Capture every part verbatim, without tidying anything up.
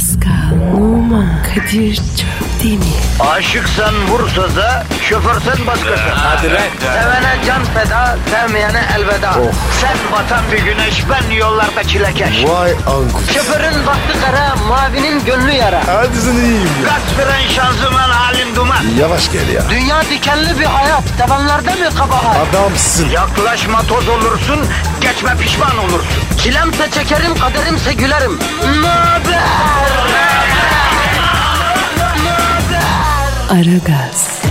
Pascal, Oman, Kadir çok değil mi? Aşıksan vursa da, şoförsen başkasın. Hadi lan. Sevene can feda, sevmeyene elveda. Oh. Sen batan bir güneş, ben yollarda çilekeş. Vay anku. Şoförün baktı kara, mavinin gönlü yara. Hadi sen iyiyim ya. Kasperen şanzıman halin duman. Yavaş gel ya. Dünya dikenli bir hayat, sevenlerde mi kabahar? Adamsın. Yaklaşma toz olursun, geçme pişman olursun. Çilemse çekerim, kaderimse gülerim. Möber! Aragaz.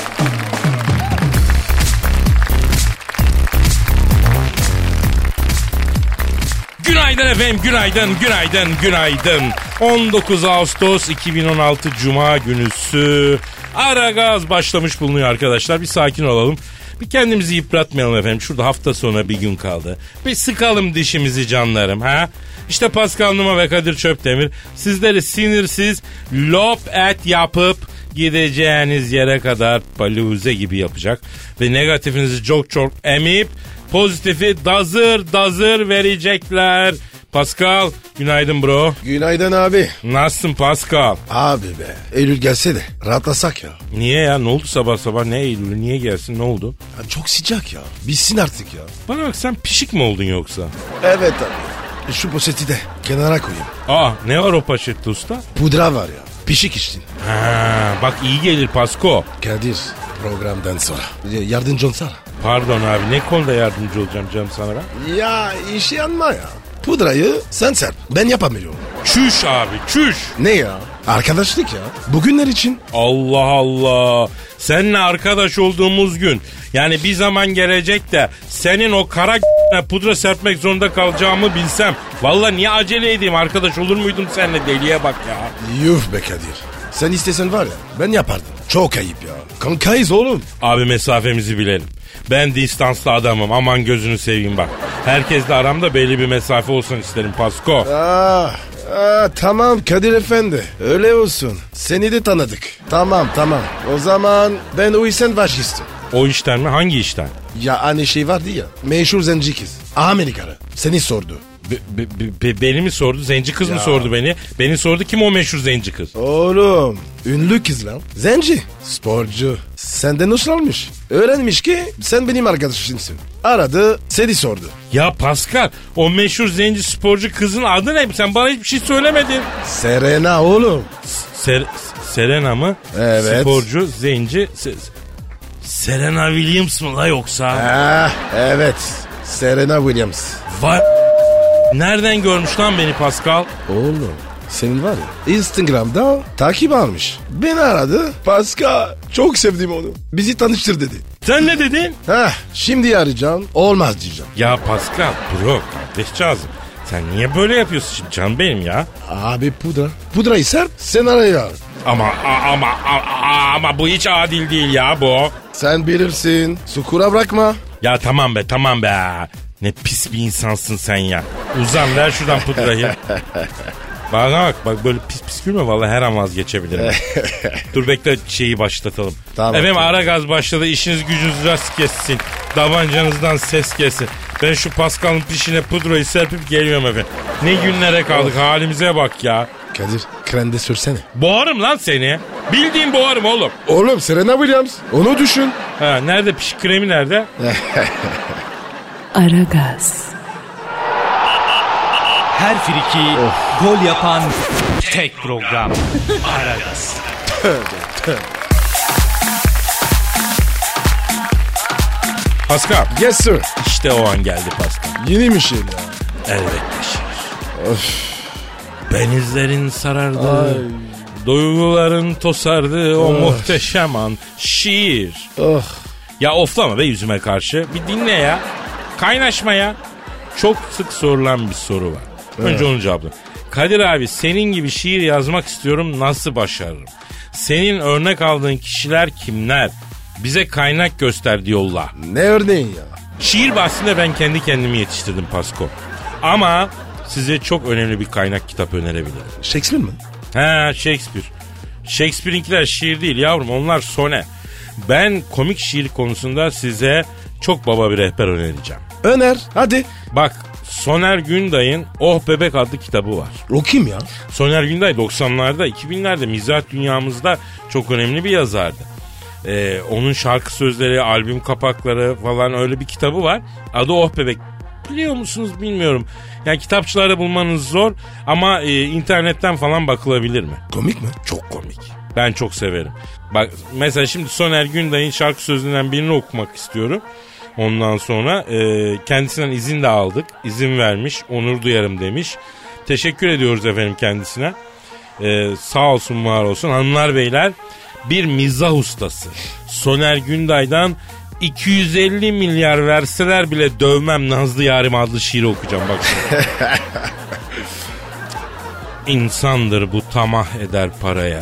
Günaydın efendim, günaydın, günaydın, günaydın. on dokuz Ağustos iki bin on altı Cuma günüsü. Aragaz başlamış bulunuyor arkadaşlar. Bir sakin olalım. Bir kendimizi yıpratmayalım efendim. Şurada hafta sonu bir gün kaldı. Bir sıkalım dişimizi canlarım ha. İşte Pascal Numa ve Kadir Çöptemir sizleri sinirsiz lop et yapıp gideceğiniz yere kadar paluze gibi yapacak. Ve negatifinizi çok çok emip pozitifi dazır dazır verecekler. Pascal, günaydın bro. Günaydın abi. Nasılsın Pascal? Abi be. Eylül gelse de rahatlasak ya. Niye ya? Ne oldu sabah sabah? Ne Eylül'ü? Niye gelsin? Ne oldu? Ya çok sıcak ya. Bitsin artık ya. Bana bak, sen pişik mi oldun yoksa? Evet abi. Şu poşeti de kenara koyayım. Aa, ne var o poşette usta? Pudra var ya. Pişik içtin. Ha, bak iyi gelir Pasko. Kadir, programdan sonra yardımcı olsana. Pardon abi, ne konuda yardımcı olacağım canım sana ben? Ya işi yanma ya. Pudrayı sen serp. Ben yapamıyorum. Çüş abi, çüş. Ne ya? Arkadaşlık ya. Bugünler için. Allah Allah. Seninle arkadaş olduğumuz gün. Yani bir zaman gelecek de senin o kara pudra serpmek zorunda kalacağımı bilsem. Vallahi niye acele edeyim, arkadaş olur muydum seninle, deliye bak ya. Yuh be Kadir. Sen istesen var ya ben yapardım. Çok ayıp ya. Kankayız oğlum. Abi mesafemizi bilelim. Ben distanslı adamım, aman gözünü seveyim bak. Herkesle aramda belli bir mesafe olsun isterim Pasko. Ah, ah, tamam Kadir efendi. Öyle olsun. Seni de tanıdık. Tamam tamam. O zaman ben o işten vazgeçtim. O işten mi? Hangi işten? Ya hani şey vardı ya. Meşhur zenci kız. Amerikalı. Seni sordu. Be, be, be, beni mi sordu? Zenci kız ya. mı sordu beni? Beni sordu, kim o meşhur zenci kız? Oğlum ünlü kız lan. Zenci. Sporcu. Senden hoşlanmış. Öğrenmiş ki sen benim arkadaşımsın. Aradı seni sordu. Ya Pascal, o meşhur zenci sporcu kızın adı ne? Sen bana hiçbir şey söylemedin. Serena oğlum. Ser, Serena mı? Evet. Sporcu, zenci. Se, Serena Williams mı la yoksa? Ah, evet. Serena Williams. Vay. Nereden görmüş lan beni Pascal? Oğlum senin var ya Instagram'da takip almış. Beni aradı. Pascal çok sevdim onu. Bizi tanıştır dedi. Sen ne dedin? Heh, şimdi arayacağım. Olmaz diyeceğim. Ya Pascal bro, kardeşcağızım. Sen niye böyle yapıyorsun şimdi canım benim ya? Abi pudra. Pudrayı serp sen araya al. Ama a, ama a, a, ama bu hiç adil değil ya bu. Sen bilirsin. Sukura bırakma. Ya tamam be tamam be. Ne pis bir insansın sen ya. Uzan, ver şuradan pudrayı. Bana bak bak, böyle pis pis gülme, vallahi her an vazgeçebilirim. Dur bekle, şeyi başlatalım. Tamam, Efendim tamam. Aragaz başladı, işiniz gücünüz rast kessin. Davancanızdan ses kesin. Ben şu Pascal'ın pişine pudrayı serpip geliyorum efendim. Ne günlere kaldık, halimize bak ya. Kadir krende sürsene. Boğarım lan seni. Bildiğin boğarım oğlum. Oğlum Serena Williams. Onu düşün. Ha, nerede pişik kremi nerede? Aragaz. Her friki gol yapan tek program. Aragaz. Pascal. Yes sir. İşte o an geldi Pascal. Yeni mi şey ya? Elbette şiir. Benizlerin sarardı. Ay. Duyguların tosardı. O Oh. muhteşem an. Şiir. Oh. Ya oflama be yüzüme karşı. Bir dinle ya. Kaynaşma ya. Çok sık sorulan bir soru var. Önce onu cevapla. Kadir abi, senin gibi şiir yazmak istiyorum, nasıl başarırım? Senin örnek aldığın kişiler kimler? Bize kaynak göster diyorlar. Ne örneğin ya? Şiir bahsinde ben kendi kendimi yetiştirdim Pasko. Ama size çok önemli bir kaynak kitap önerebilirim. Shakespeare mi? Ha, Shakespeare. Shakespeare'inkiler şiir değil yavrum, onlar sone. Ben komik şiir konusunda size çok baba bir rehber önereceğim. Öner hadi. Bak, Soner Günday'ın Oh Bebek adlı kitabı var. O kim ya? Soner Günday doksanlarda iki binlerde mizah dünyamızda çok önemli bir yazardı. Ee, onun şarkı sözleri, albüm kapakları falan öyle bir kitabı var. Adı Oh Bebek. Biliyor musunuz bilmiyorum. Yani kitapçılarda bulmanız zor ama e, internetten falan bakılabilir mi? Komik mi? Çok komik. Ben çok severim. Bak mesela şimdi Soner Günday'ın şarkı sözlerinden birini okumak istiyorum. Ondan sonra e, kendisinden izin de aldık. İzin vermiş, onur duyarım demiş. Teşekkür ediyoruz efendim kendisine. E, sağ olsun, var olsun. Hanımlar beyler, bir mizah ustası Soner Günday'dan iki yüz elli milyar verseler bile dövmem Nazlı Yarim adlı şiiri okuyacağım bak. İnsandır bu, tamah eder paraya.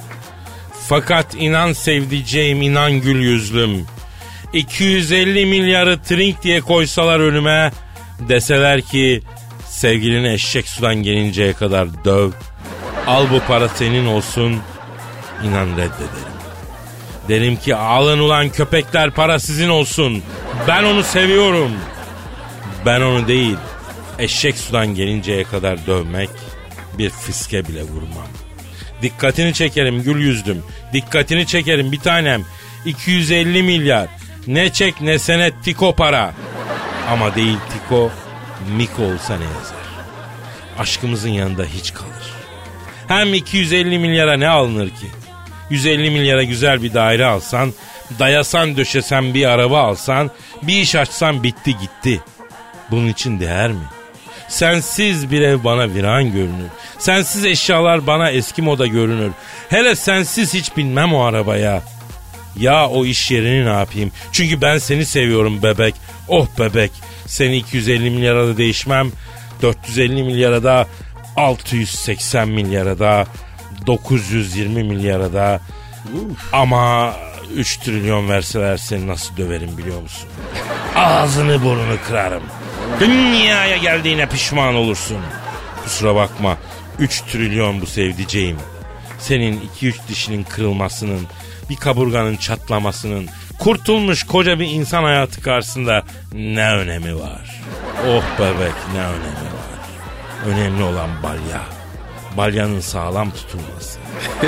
Fakat inan sevdiceğim, inan gül yüzlüm. iki yüz elli milyarı trink diye koysalar önüme, deseler ki sevgilini eşek sudan gelinceye kadar döv. Al bu para senin olsun, inan reddederim. Derim ki alın ulan köpekler, para sizin olsun. Ben onu seviyorum. Ben onu değil, eşek sudan gelinceye kadar dövmek, bir fiske bile vurmam. Dikkatini çekerim gül yüzdüm. Dikkatini çekerim bir tanem. iki yüz elli milyar. Ne çek ne senet tiko para. Ama değil tiko, miko olsa ne yazar? Aşkımızın yanında hiç kalır. Hem iki yüz elli milyara ne alınır ki? yüz elli milyara güzel bir daire alsan, dayasan döşesen bir araba alsan, bir iş açsan bitti gitti. Bunun için değer mi? Sensiz bir ev bana viran görünür. Sensiz eşyalar bana eski moda görünür. Hele sensiz hiç binmem o arabaya. Ya o iş yerini ne yapayım? Çünkü ben seni seviyorum bebek. Oh bebek. Seni iki yüz elli milyara da değişmem. dört yüz elli milyara da, altı yüz seksen milyara da, dokuz yüz yirmi milyara da. Ama üç trilyon verseler seni nasıl döverim biliyor musun? Ağzını burnunu kırarım. Dünyaya geldiğine pişman olursun. Kusura bakma, üç trilyon bu sevdiceğim. Senin iki üç dişinin kırılmasının, bir kaburganın çatlamasının, kurtulmuş koca bir insan hayatı karşısında ne önemi var? Oh bebek, ne önemi var? Önemli olan balya. Balyanın sağlam tutulması.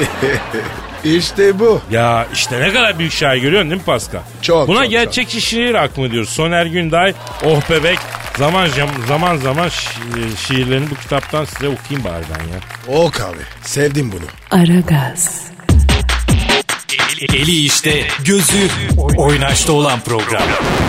İşte bu. Ya işte ne kadar büyük şair, görüyorsun değil mi Pascal? Çok, Buna çok, gerçekçi şiir akımı diyoruz. Soner Günday, Oh Bebek. Zaman zaman zaman şi- şiirlerini bu kitaptan size okuyayım bari ben ya. Ok abi. Sevdim bunu. Aragaz. Eli işte, gözü oynaşta olan program.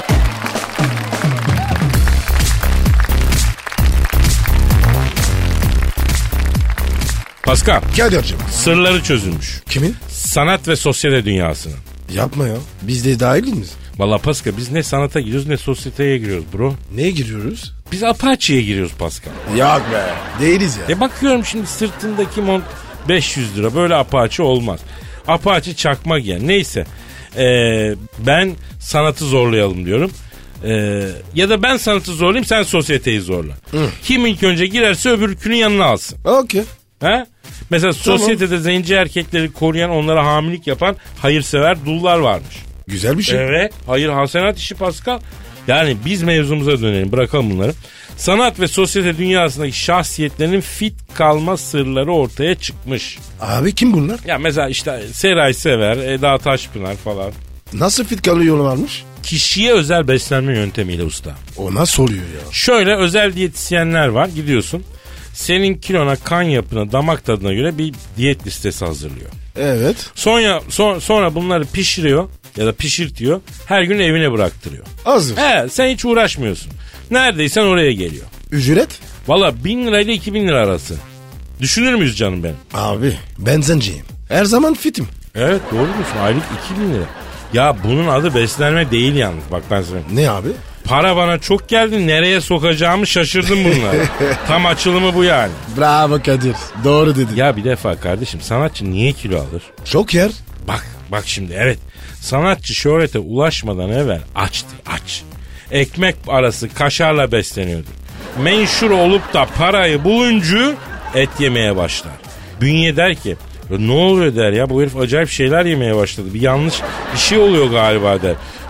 Pascal, Kadir'cim. sırları çözülmüş. Kimin? Sanat ve sosyete dünyasının. Yapma ya. Biz de dahil miyiz? Valla Pascal, biz ne sanata giriyoruz ne sosyeteye giriyoruz bro. Neye giriyoruz? Biz Apache'ye giriyoruz Pascal. Yok be. Değiliz ya. E bakıyorum şimdi sırtındaki mont beş yüz lira, böyle Apache olmaz. Apache çakma giyen. Neyse. Ee, ben sanatı zorlayalım diyorum. Ee, ya da ben sanatı zorlayayım, sen sosyeteyi zorla. Hı. Kim ilk önce girerse öbürkünün yanına alsın. Okey. He? Mesela Tamam. sosyetede zenci erkekleri koruyan, onlara hamilelik yapan hayırsever dullar varmış. Güzel bir şey. Evet. Hayır hasenat işi Pascal. Yani biz mevzumuza dönelim, bırakalım bunları. Sanat ve sosyete dünyasındaki şahsiyetlerin fit kalma sırları ortaya çıkmış. Abi kim bunlar? Ya mesela işte Seray Sever, Eda Taşpınar falan. Nasıl fit kalıyor varmış? Kişiye özel beslenme yöntemiyle usta. O nasıl oluyor ya? Şöyle özel diyetisyenler var, gidiyorsun. Senin kilona, kan yapına, damak tadına göre bir diyet listesi hazırlıyor. Evet. Sonra, son, sonra bunları pişiriyor ya da pişirtiyor. Her gün evine bıraktırıyor. Hazır. He, sen hiç uğraşmıyorsun. Neredeysen oraya geliyor. Ücret? Valla bin lirayla iki bin lira arası. Düşünür müyüz canım benim? Abi ben zenciyim. Her zaman fitim. Evet, doğru musun? Aylık iki bin lira. Ya bunun adı beslenme değil yalnız. Bak ben sana. Ne abi? Para bana çok geldi. Nereye sokacağımı şaşırdım bunlara. Tam açılımı bu yani. Bravo Kadir. Doğru dedin. Ya bir defa kardeşim, sanatçı niye kilo alır? Çok yer. Bak bak şimdi, evet. Sanatçı şöhrete ulaşmadan evvel açtı, aç. Ekmek arası kaşarla besleniyordu. Menşur olup da parayı bulunca et yemeye başlar. Bünye der ki ne oluyor der ya, bu herif acayip şeyler yemeye başladı. Bir yanlış bir şey oluyor galiba der.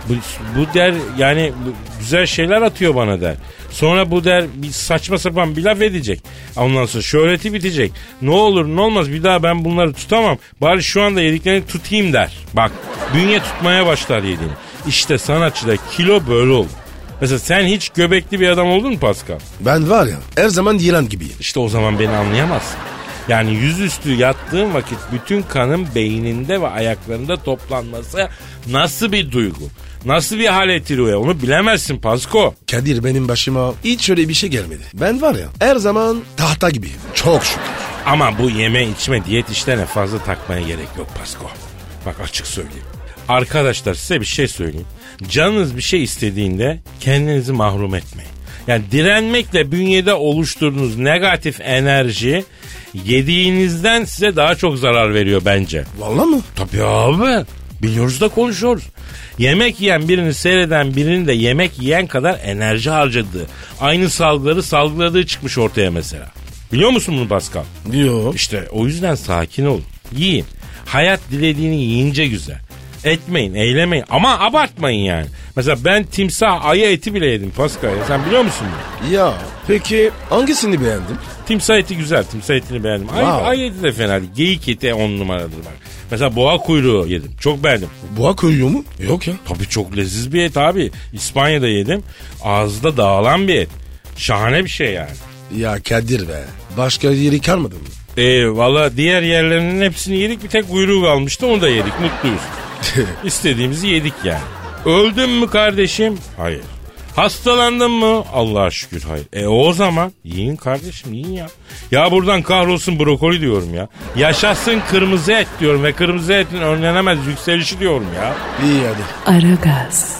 Bu, bu der yani bu güzel şeyler atıyor bana der. Sonra bu der bir saçma sapan bir laf edecek. Ondan sonra şöhreti bitecek. Ne olur ne olmaz bir daha ben bunları tutamam. Bari şu anda yediklerini tutayım der. Bak bünye tutmaya başlar yediğini. İşte sanatçıda kilo böyle olur. Mesela sen hiç göbekli bir adam oldun mu Pascal? Ben var ya her zaman yılan gibiyim. İşte o zaman beni anlayamazsın. Yani yüzüstü yattığın vakit bütün kanın beyninde ve ayaklarında toplanması nasıl bir duygu? Nasıl bir hal ettiriyor onu bilemezsin Pasko. Kadir benim başıma hiç öyle bir şey gelmedi. Ben var ya her zaman tahta gibiyim. Çok şükür. Ama bu yeme içme diyet işlerine fazla takmaya gerek yok Pasko. Bak açık söyleyeyim. Arkadaşlar size bir şey söyleyeyim. Canınız bir şey istediğinde kendinizi mahrum etmeyin. Yani direnmekle bünyede oluşturduğunuz negatif enerji yediğinizden size daha çok zarar veriyor bence. Vallahi mı? Tabii abi. Biliyoruz da konuşuyoruz. Yemek yiyen birini seyreden birinin de yemek yiyen kadar enerji harcadığı, aynı salgıları salgıladığı çıkmış ortaya mesela. Biliyor musun bunu Pascal? Yok. İşte o yüzden sakin olun. Yiyin. Hayat dilediğini yiyince güzel. Etmeyin, eylemeyin ama abartmayın yani. Mesela ben timsah, ayı eti bile yedim Pascal ya. Sen biliyor musun bunu? Ya peki hangisini beğendin? Timsah eti güzel, timsah etini beğendim. Ay, Wow. Ayı eti de fena değil. Geyik eti on numaradır bak. Mesela boğa kuyruğu yedim. Çok beğendim. Boğa kuyruğu mu? Yok ya. Tabii çok leziz bir et abi. İspanya'da yedim. Ağızda dağılan bir et. Şahane bir şey yani. Ya Kadir be. Başka yeri kalmadı mı? E, valla diğer yerlerinin hepsini yedik. Bir tek kuyruğu kalmıştı. Onu da yedik. Mutluyuz. İstediğimizi yedik yani. Öldün mü kardeşim? Hayır. Hastalandın mı? Allah'a şükür hayır. E o zaman yiyin kardeşim yiyin ya. Ya buradan kahrolsun brokoli diyorum ya. Yaşasın kırmızı et diyorum ve kırmızı etin önlenemez yükselişi diyorum ya. İyi hadi. Aragaz.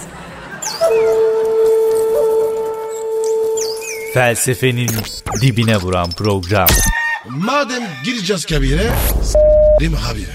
Felsefenin dibine vuran program. Madem gireceğiz kabire, s***rim habire.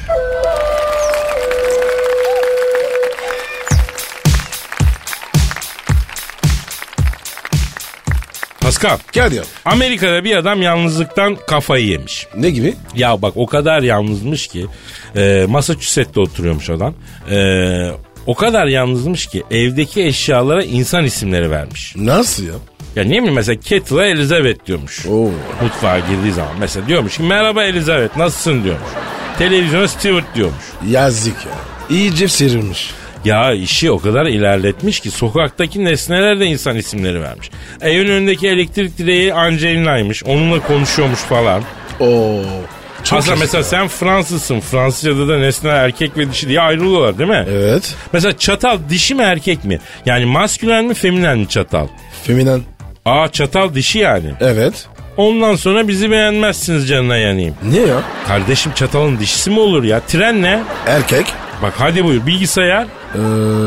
Pascal. Kadir. Amerika'da bir adam yalnızlıktan kafayı yemiş. Ne gibi? Ya bak o kadar yalnızmış ki e, Massachusetts'te oturuyormuş adam. E, o kadar yalnızmış ki evdeki eşyalara insan isimleri vermiş. Nasıl ya? Ya ne bileyim mesela Kettle'a Elizabeth diyormuş. Oo. Mutfağa girdiği zaman mesela diyormuş ki merhaba Elizabeth nasılsın diyormuş. Televizyona Stewart diyormuş. Yazık ya. İyice serilmiş. Ya işi o kadar ilerletmiş ki sokaktaki nesnelere de insan isimleri vermiş. Evin önündeki elektrik direği Angelina'ymış. Onunla konuşuyormuş falan. Oo. Çok Aslında mesela ya. sen Fransızsın. Fransızca'da da nesne erkek ve dişi diye ayrılıyorlar değil mi? Evet. Mesela çatal dişi mi erkek mi? Yani maskülen mi feminen mi çatal? Feminen. Aa çatal dişi yani. Evet. Ondan sonra bizi beğenmezsiniz canına yanayım. Ne ya? Kardeşim çatalın dişisi mi olur ya? Tren ne? Erkek. Bak hadi buyur bilgisayar. Ee,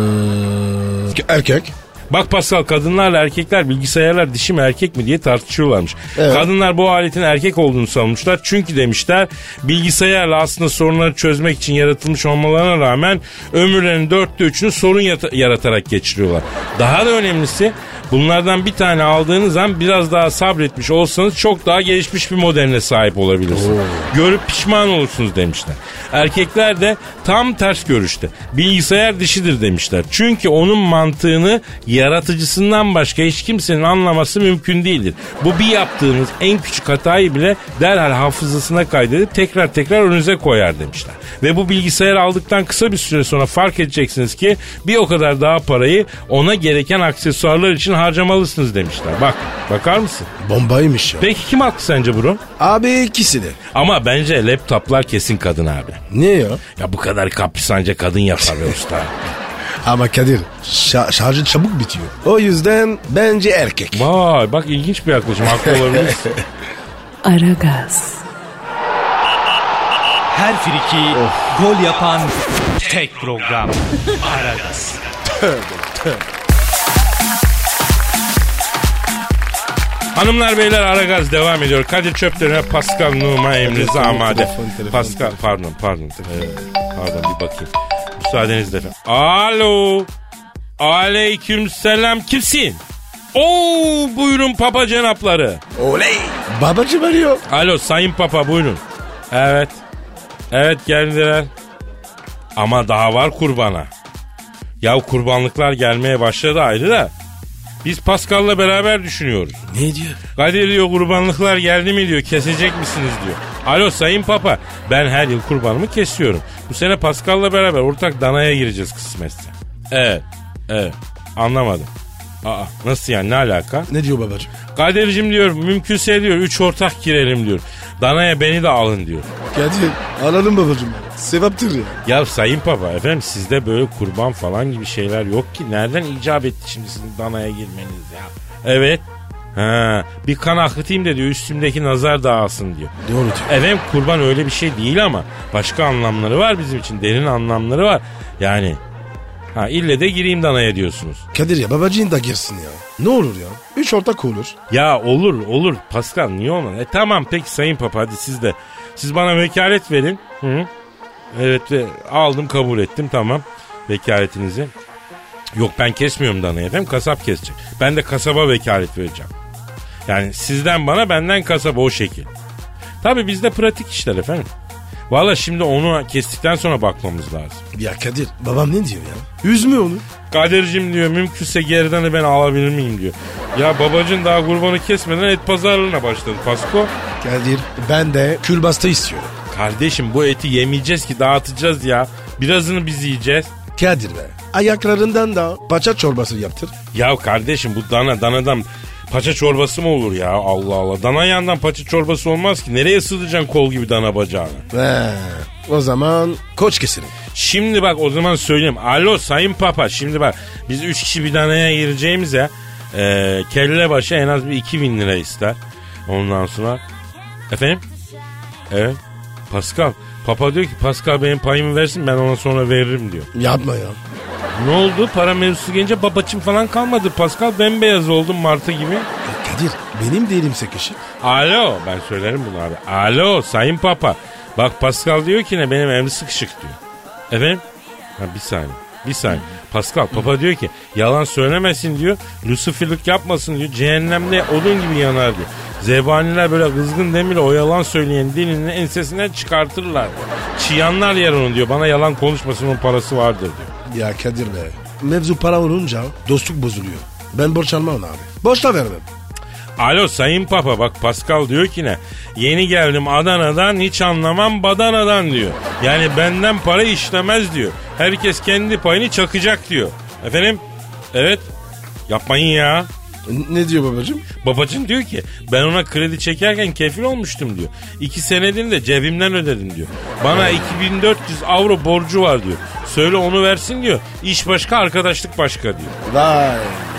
erkek. Bak Pascal kadınlarla erkekler bilgisayarlar dişi mi erkek mi diye tartışıyorlarmış. Evet. Kadınlar bu aletin erkek olduğunu savunmuşlar. Çünkü demişler bilgisayarla aslında sorunları çözmek için yaratılmış olmalarına rağmen ömürlerinin dörtte üçünü sorun yata- yaratarak geçiriyorlar. Daha da önemlisi bunlardan bir tane aldığınız an biraz daha sabretmiş olsanız çok daha gelişmiş bir modeline sahip olabilirsiniz. Görüp pişman olursunuz demişler. Erkekler de tam ters görüşte. Bilgisayar dişidir demişler. Çünkü onun mantığını yaratıcısından başka hiç kimsenin anlaması mümkün değildir. Bu bir yaptığınız en küçük hatayı bile derhal hafızasına kaydedip tekrar tekrar önünüze koyar demişler. Ve bu bilgisayarı aldıktan kısa bir süre sonra fark edeceksiniz ki bir o kadar daha parayı ona gereken aksesuarlar için harcamalısınız demişler. Bak, bakar mısın? Bombaymış ya. Peki kim haklı sence bro? Abi ikisi de. Ama bence laptoplar kesin kadın abi. Niye ya? Ya bu kadar kapris anca kadın yapar be usta. Ama Kadir şa- şarjı çabuk bitiyor. O yüzden bence erkek. Vay bak ilginç bir yaklaşım. Haklı olabilirsin. Aragaz. Her friki gol yapan tek program. Aragaz. Hanımlar beyler Aragaz devam ediyor. Kadir Çöplerine Pascal Numa emrinize Telefon, amade. telefon, telefon, Pascal telefon. pardon pardon. Ee, pardon bir bakayım. Müsaadenizle efendim. Alo. Aleyküm selam. Kimsin? Oo buyurun papa cenapları. Oley. Babacım arıyor. Alo sayın papa buyurun. Evet. Evet geldiler. Ama daha var kurbana. Ya kurbanlıklar gelmeye başladı ayrı da. Biz Pascal'la beraber düşünüyoruz. Ne diyor? Kadir diyor kurbanlıklar geldi mi diyor, kesecek misiniz diyor. Alo Sayın Papa, ben her yıl kurbanımı kesiyorum. Bu sene Pascal'la beraber ortak danaya gireceğiz kısmetse. Evet, evet, anlamadım. Aa, nasıl yani, ne alaka? Ne diyor babacığım? Kadir'cim diyor, mümkünse diyor üç ortak girelim diyor. Danaya beni de alın diyor. Kadir anladım babacığım. Sevaptır ya. Ya Sayın Papa, efendim sizde böyle kurban falan gibi şeyler yok ki. Nereden icap etti şimdi sizin danaya girmeniz ya? Evet. Ha, bir kan akıtayım da diyor, üstümdeki nazar dağılsın diyor. Doğru diyor. Efendim kurban öyle bir şey değil ama başka anlamları var bizim için. Derin anlamları var. Yani ha ille de gireyim danaya diyorsunuz. Kadir ya babacığın da girsin ya. Ne olur ya? Üç ortak olur. Ya olur olur Pascal, niye olmaz? E tamam peki Sayın Papa, hadi siz de. Siz bana vekalet verin. Hı? Evet, aldım, kabul ettim, tamam vekaletinizi. Yok ben kesmiyorum danayı efendim, kasap kesecek. Ben de kasaba vekalet vereceğim. Yani sizden bana, benden kasaba, o şekil. Tabii bizde pratik işler efendim. Valla şimdi onu kestikten sonra bakmamız lazım. Ya Kadir babam ne diyor ya? Üzme onu. Kadir'cim diyor, mümkünse geridanı ben alabilir miyim diyor. Ya babacın daha kurbanı kesmeden et pazarlığına başladı Pasko. Kadir ben de külbasta istiyorum. Kardeşim bu eti yemeyeceğiz ki, dağıtacağız ya. Birazını biz yiyeceğiz. Kadir be, ayaklarından da paça çorbası yaptır. Ya kardeşim bu dana danadan paça çorbası mı olur ya? Allah Allah. Dana yandan paça çorbası olmaz ki. Nereye sığdıracaksın kol gibi dana bacağını? He, o zaman koç keselim. Şimdi bak o zaman söyleyeyim. Alo Sayın Papa, şimdi bak biz üç kişi bir danaya gireceğimize e, kelle başı en az bir iki bin lira ister. Ondan sonra efendim? Evet. Pascal. Papa diyor ki Pascal benim payımı versin, ben ona sonra veririm diyor. Yapma ya. Ne oldu? Para mevzusu gelince babacım falan kalmadı. Pascal bembeyaz oldum martı gibi. E Kadir benim de elim sekişik. Alo, ben söylerim bunu abi. Alo Sayın Papa. Bak Pascal diyor ki ne, benim elim sıkışık diyor. Efendim? Ha, bir saniye. Bir saniye. Pascal Papa diyor ki yalan söylemesin diyor. Lucifer'lık yapmasın diyor. Cehennemde odun gibi yanar diyor. Zebaniler böyle kızgın demirle o yalan söyleyen dilini ensesinden çıkartırlar. Çiyanlar yer onu diyor. Bana yalan konuşmasın, onun parası vardır diyor. Ya Kadir be, mevzu para olunca dostluk bozuluyor. Ben borç almam abi. Borç da vermem. Alo Sayın Papa, bak Pascal diyor ki ne? Yeni geldim Adana'dan, hiç anlamam badanadan diyor. Yani benden para işlemez diyor. Herkes kendi payını çakacak diyor. Efendim? Evet. Yapmayın ya. Ne diyor babacığım? Babacığım diyor ki ben ona kredi çekerken kefil olmuştum diyor. İki senedini de cebimden ödedim diyor. Bana iki bin dört yüz avro borcu var diyor. Söyle onu versin diyor. İş başka, arkadaşlık başka diyor. Vay.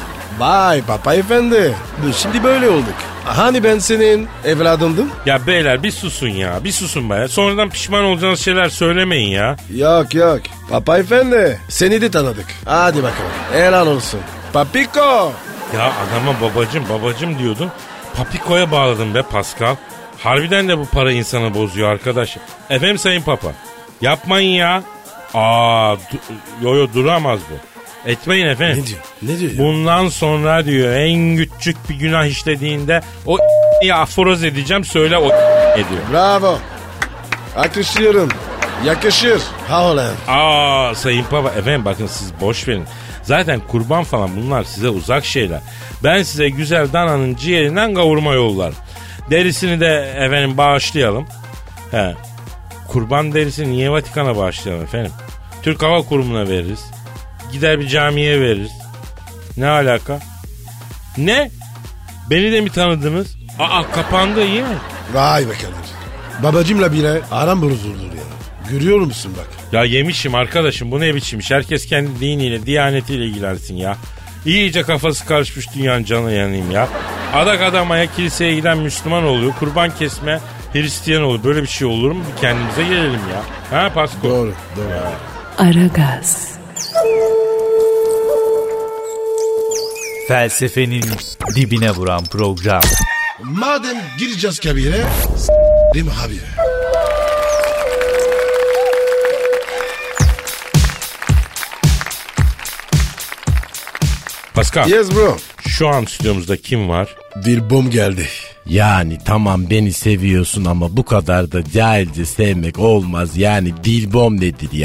Vay Papa efendi. Şimdi böyle olduk. Hani ben senin evladındım? Ya beyler bir susun ya, bir susun be. Sonradan pişman olacağınız şeyler söylemeyin ya. Yok yok. Papa efendi seni de tanıdık. Hadi bakalım. Helal olsun. Papiko. Ya adama babacım babacım diyordun. Papiko'ya bağladım be Pascal. Harbiden de bu para insanı bozuyor arkadaş. Efendim Sayın Papa. Yapmayın ya. Aa, du- yo yo duramaz bu. Etmeyin efendim. Ne diyor? Ne diyor ya? Bundan sonra diyor en küçük bir günah işlediğinde o ya aforoz edeceğim, söyle o ediyor. Bravo. Alkışlıyorum. Yakışır. Ha ulan. Aa Sayın Papa, efendim bakın siz boş verin. Zaten kurban falan bunlar size uzak şeyler. Ben size güzel dananın ciğerinden kavurma yollarım. Derisini de efendim bağışlayalım. He. Kurban derisini niye Vatikan'a bağışlayalım efendim? Türk Hava Kurumu'na veririz. Gider bir camiye veririz. Ne alaka? Ne? Beni de mi tanıdınız? Aa kapandı, iyi mi? Vay be Kadir. Babacımla bile aram bozuldur ya. Görüyor musun bak? Ya yemişim arkadaşım, bu ne biçim iş? Herkes kendi diniyle, diyanetiyle ilgilensin ya. İyice kafası karışmış dünyanın canı yanayım ya. Adak adamaya kiliseye giden Müslüman oluyor. Kurban kesme Hristiyan oluyor. Böyle bir şey olur mu? Bir kendimize gelelim ya. Ha Pasko? Doğru doğru. Ya. Aragaz, Felsefenin dibine vuran program. Madem gireceğiz kabire, s***rim abi. Pascal, Yes bro. şu an stüdyomuzda kim var? Dilbom geldi. Yani tamam beni seviyorsun ama bu kadar da cahilce sevmek olmaz. Yani Dilbom nedir ya?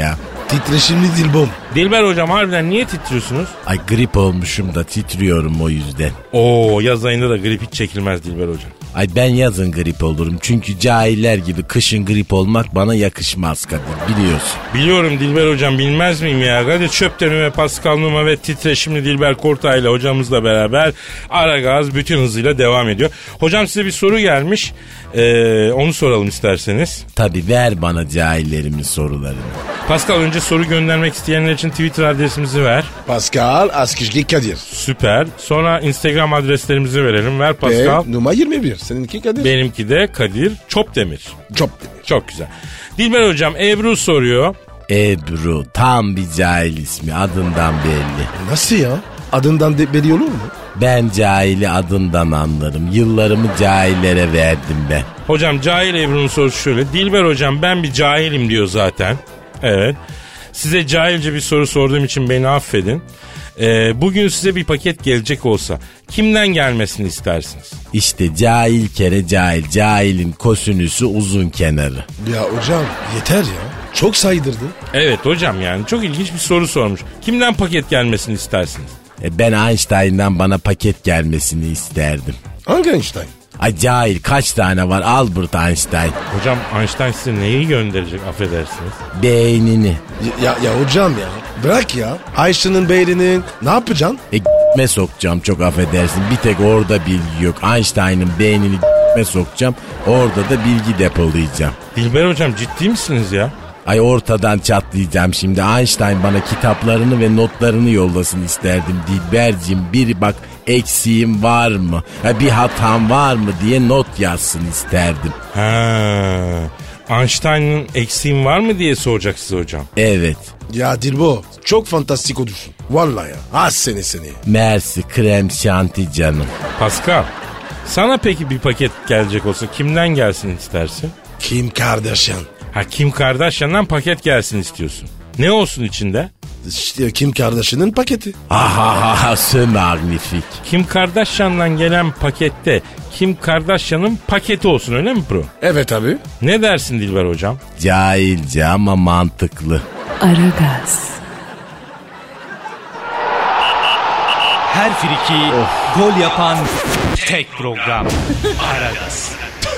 Titreşimli dilbom. Dilber hocam harbiden niye titriyorsunuz? Ay grip olmuşum da titriyorum o yüzden. Oo, yaz ayında da grip hiç çekilmez Dilber hocam. Ay ben yazın grip olurum. Çünkü cahiller gibi kışın grip olmak bana yakışmaz Kadir, biliyorsun. Biliyorum Dilber hocam, bilmez miyim ya? Hadi Çöptemir ve Pascal Numa ve titreşimli Dilber Kortay ile hocamızla beraber Aragaz bütün hızıyla devam ediyor. Hocam size bir soru gelmiş. Ee, onu soralım isterseniz. Tabii, ver bana cahillerimin sorularını. Pascal, önce soru göndermek isteyenler için Twitter adresimizi ver. Pascal Askizgi Kadir. Süper. Sonra Instagram adreslerimizi verelim. Ver Pascal. Ve numara yirmi bir. Seninki Kadir. Benimki de Kadir Çopdemir. Çopdemir. Çok güzel. Dilber hocam, Ebru soruyor. Ebru tam bir cahil ismi, adından belli. Nasıl ya? Adından de belli olur mu? Ben cahili adından anlarım. Yıllarımı cahillere verdim ben. Hocam cahil Ebru'nun sorusu şöyle. Dilber hocam ben bir cahilim diyor zaten. Evet. Size cahilce bir soru sorduğum için beni affedin. Ee, bugün size bir paket gelecek olsa kimden gelmesini istersiniz? İşte cahil kere cahil. Cahilin kosinüsü uzun kenarı. Ya hocam yeter ya. Çok saydırdı. Evet hocam, yani çok ilginç bir soru sormuş. Kimden paket gelmesini istersiniz? E ben Einstein'dan bana paket gelmesini isterdim. Hangi Einstein? Ay cahil, kaç tane var Albert Einstein? Hocam Einstein size neyi gönderecek, affedersiniz? Beynini. Ya, ya hocam ya. Bırak ya. Einstein'ın beynini ne yapacaksın? E g***me sokacağım, çok affedersin. Bir tek orada bilgi yok. Einstein'ın beynini g***me sokacağım. Orada da bilgi depolayacağım. Dilber hocam ciddi misiniz ya? Ay ortadan çatlayacağım şimdi. Einstein bana kitaplarını ve notlarını yollasın isterdim. Dilberciğim, bir bak eksiğim var mı? Ha, bir hatam var mı diye not yazsın isterdim. Ha, Einstein'ın eksiğim var mı diye soracak size hocam. Evet. Ya Dilbo çok fantastik olursun. Vallahi ya. Az seni seni. Mersi krem şanti canım. Pascal, sana peki bir paket gelecek olsa kimden gelsin istersin? Kim Kardashian? Ha, Kim Kardashian'dan paket gelsin istiyorsun. Ne olsun içinde? İşte Kim Kardashian'ın paketi. Ha ha ha, c'est magnifique. Kim Kardashian'dan gelen pakette Kim Kardashian'ın paketi olsun, öyle mi bro? Evet abi. Ne dersin Dilber hocam? Cahilce ama mantıklı. Aragaz. Her friki gol yapan tek program. Aragaz.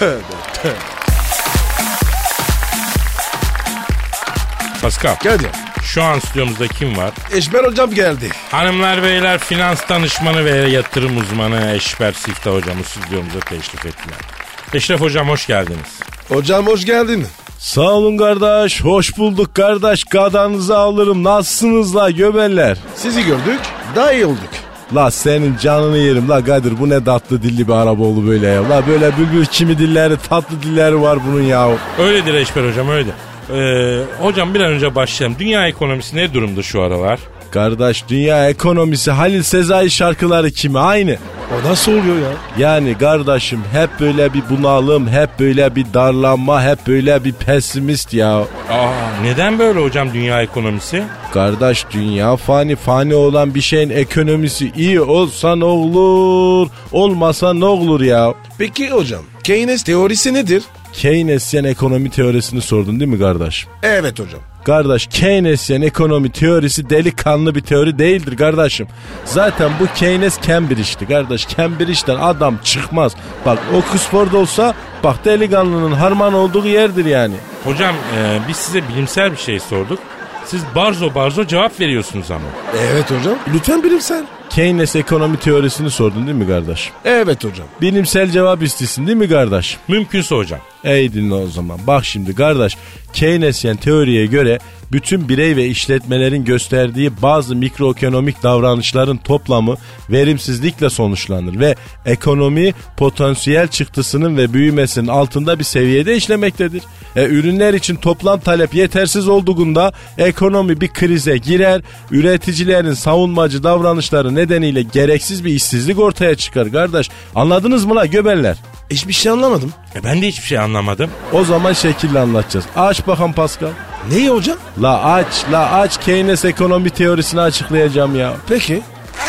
Pascal, Geldi. şu an stüdyomuzda kim var? Eşber hocam geldi. Hanımlar beyler, finans danışmanı ve yatırım uzmanı Eşber Siftah hocamız stüdyomuza teşrif ettiler. Eşref hocam hoş geldiniz. Hocam hoş geldin. Sağ olun kardeş, hoş bulduk kardeş, gadanızı alırım, nasılsınız la göbeller? Sizi gördük, daha iyi olduk. La senin canını yerim la Kadir, bu ne tatlı dilli bir Araboğlu böyle ya. La böyle bülbül kimi dilleri, tatlı dilleri var bunun ya. Öyledir Eşber hocam, öyledir. Ee, hocam bir an önce başlayalım. Dünya ekonomisi ne durumda şu aralar? Kardeş, dünya ekonomisi Halil Sezai şarkıları kimi aynı. O nasıl oluyor ya? Yani kardeşim hep böyle bir bunalım, hep böyle bir darlanma, hep böyle bir pesimist ya. Aa, neden böyle hocam dünya ekonomisi? Kardeş, dünya fani, fani olan bir şeyin ekonomisi iyi olsa ne olur, olmasa ne olur ya. Peki hocam, Keynes teorisi nedir? Keynesyen ekonomi teorisini sordun değil mi kardeş? Evet hocam. Kardeş, Keynesyen ekonomi teorisi delikanlı bir teori değildir kardeşim. Zaten bu Keynes Cambridge'ti kardeş. Cambridge'den adam çıkmaz. Bak Oxford olsa bak delikanlının harman olduğu yerdir yani. Hocam e, biz size bilimsel bir şey sorduk. Siz barzo barzo cevap veriyorsunuz ama. Evet hocam. Lütfen bilimsel. Keynes ekonomi teorisini sordun değil mi kardeş? Evet hocam. Bilimsel cevap istesin değil mi kardeş? Mümkünse hocam. Ey dinle o zaman. Bak şimdi kardeş, Keynesyen teoriye göre bütün birey ve işletmelerin gösterdiği bazı mikroekonomik davranışların toplamı verimsizlikle sonuçlanır ve ekonomi potansiyel çıktısının ve büyümesinin altında bir seviyede işlemektedir. E, ürünler için toplam talep yetersiz olduğunda ekonomi bir krize girer, üreticilerin savunmacı davranışları nedeniyle gereksiz bir işsizlik ortaya çıkar kardeş. Anladınız mı la göbeller? Hiçbir şey anlamadım. E, ben de hiçbir şey anlamadım. O zaman şekilli anlatacağız. Aç bakalım Pascal. Neyi hocam? La aç, la aç Keynes ekonomi teorisini açıklayacağım ya. Peki.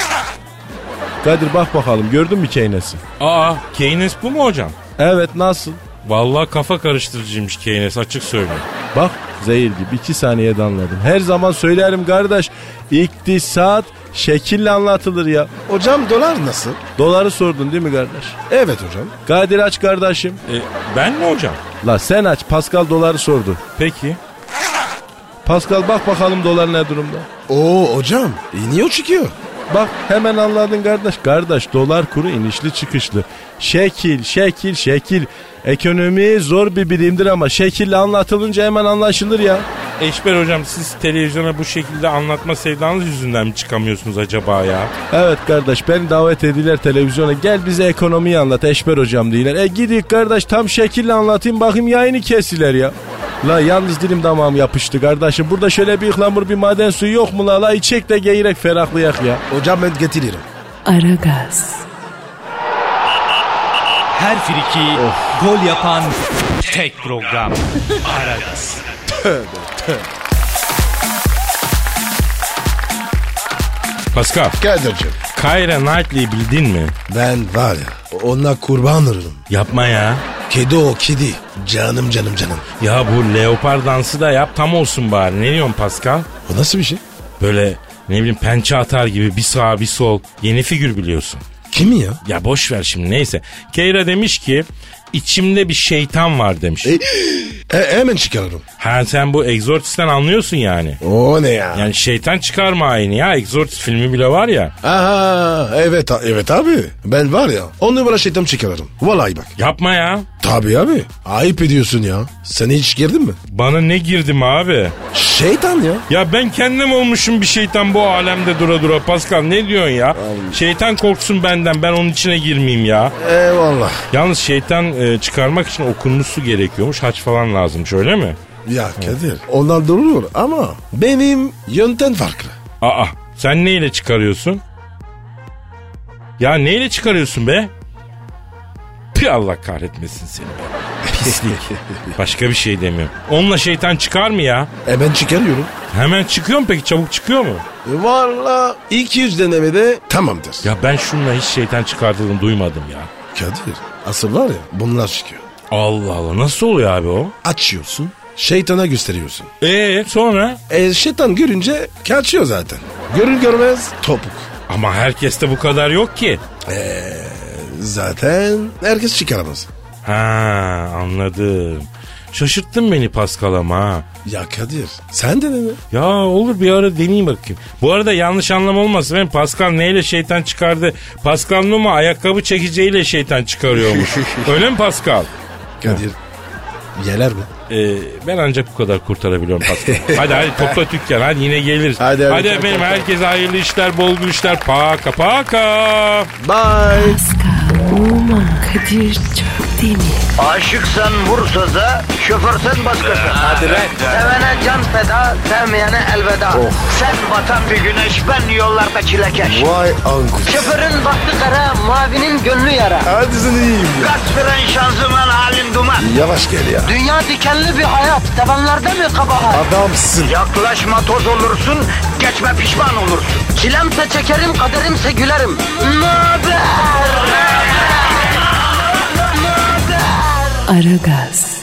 Kadir bak bakalım, gördün mü Keynes'i? Aa, Keynes bu mu hocam? Evet, nasıl? Vallahi kafa karıştırıcıymış Keynes, açık söyleyeyim. Bak Zehir gibi iki saniyede anladım. Her zaman söylerim kardeş. İktisat şekille anlatılır ya. Hocam dolar nasıl? Doları sordun değil mi kardeş? Evet hocam. Kadir aç kardeşim. E, ben mi hocam? La sen aç. Pascal doları sordu. Peki. Pascal bak bakalım dolar ne durumda. Oo hocam iniyor çıkıyor. Bak hemen anladın kardeş. Kardeş dolar kuru inişli çıkışlı. Şekil, şekil, şekil. Ekonomi zor bir bilimdir ama şekille anlatılınca hemen anlaşılır ya. Eşber hocam siz televizyona bu şekilde anlatma sevdanız yüzünden mi çıkamıyorsunuz acaba ya? Evet kardeş beni davet ediler televizyona. Gel bize ekonomiyi anlat Eşber hocam diyorlar. E gidik kardeş tam şekille anlatayım bakayım yayını kesiler ya. La yalnız dilim damağım yapıştı kardeşim. Burada şöyle bir ıhlamur bir maden suyu yok mu la? La içek de geyrek ferahlayak ya. Hocam ben getiririm. Aragaz, Her friki gol yapan tek program. Aragaz. Pascal, Kadir'cim Keira Knightley'i bildin mi? ben var ya ona kurban olurum. Yapma ya. Kedi o kedi. Canım canım canım. Ya bu leopar dansı da yap tam olsun bari. Ne diyorsun Pascal? O nasıl bir şey? Böyle ne bileyim pençe atar gibi bir sağ bir sol. Yeni figür biliyorsun. Kimi ya? Ya boş ver şimdi neyse. Keira demiş ki içimde bir şeytan var demiş. E, e, hemen çıkarırım. Ha sen bu Exorcist'ten anlıyorsun yani. O ne ya? Yani şeytan çıkarma ayini ya. Exorcist filmi bile var ya. Aha evet evet abi. Ben var ya on numara şeytan çıkarırım. Vallahi bak. Yapma ya. Tabii abi. Ayıp ediyorsun ya. Sen hiç girdin mi? Bana ne girdim abi? Şeytan ya. Ya ben kendim olmuşum bir şeytan bu alemde dura dura. Pascal ne diyorsun ya? Şeytan korksun benden, ben onun içine girmeyeyim ya. Eyvallah. Yalnız şeytan e, çıkarmak için okunmuş su gerekiyormuş. Haç falan lazımmış öyle mi? Ya Kadir onlar durur ama benim yöntem farklı. Aa sen neyle çıkarıyorsun? Ya neyle çıkarıyorsun be? Pih Allah kahretmesin seni be. Pislik. Başka bir şey demiyorum. Onunla şeytan çıkar mı ya? E ben çıkarıyorum. Hemen çıkıyor mu peki? Çabuk çıkıyor mu? E, valla iki yüz denemede tamamdır. Ya ben şununla hiç şeytan çıkartıldığını duymadım ya. Kadir asıl var ya bunlar çıkıyor. Allah Allah nasıl oluyor abi o? Açıyorsun şeytana gösteriyorsun. Eee sonra? E şeytan görünce kaçıyor zaten. Görür görmez topuk. Ama herkeste bu kadar yok ki. Zaten herkes çıkaramaz. Ha anladım. Şaşırttın beni Pascal ama ha. Ya Kadir sen de dene. Ya olur bir ara deneyeyim bakayım. Bu arada yanlış anlam olmasın. Ben Pascal neyle şeytan çıkardı? Pascal Numa ayakkabı çekeceğiyle şeytan çıkarıyormuş. Öyle mi Pascal? Kadir yeler mi? Ee, ben ancak bu kadar kurtarabiliyorum Pascal. Hadi hadi topla dükkan hadi yine geliriz. Hadi, hadi, hadi, efendim hadi. herkese hayırlı işler bol gülüşler. Paka paka. Bye. Pascal, Oman, Kadir çok değil mi? Aşıksan vursa da, şoförsen başkasın. Hadi lan. Sevene can feda, sevmeyene elveda. Sen batan bir güneş, ben yollarda çilekeş. Vay anku. Şoförün baktı kara, mavinin gönlü yara. Hadi sen iyiyim ya. Kasperen şanzıman halin duman. Yavaş gel ya. Dünya dikenli bir hayat, sevenlerde mi kabahar? Adamsın. Yaklaşma toz olursun, geçme pişman olursun. Çilemse çekerim, kaderimse gülerim. Möber! Aragaz.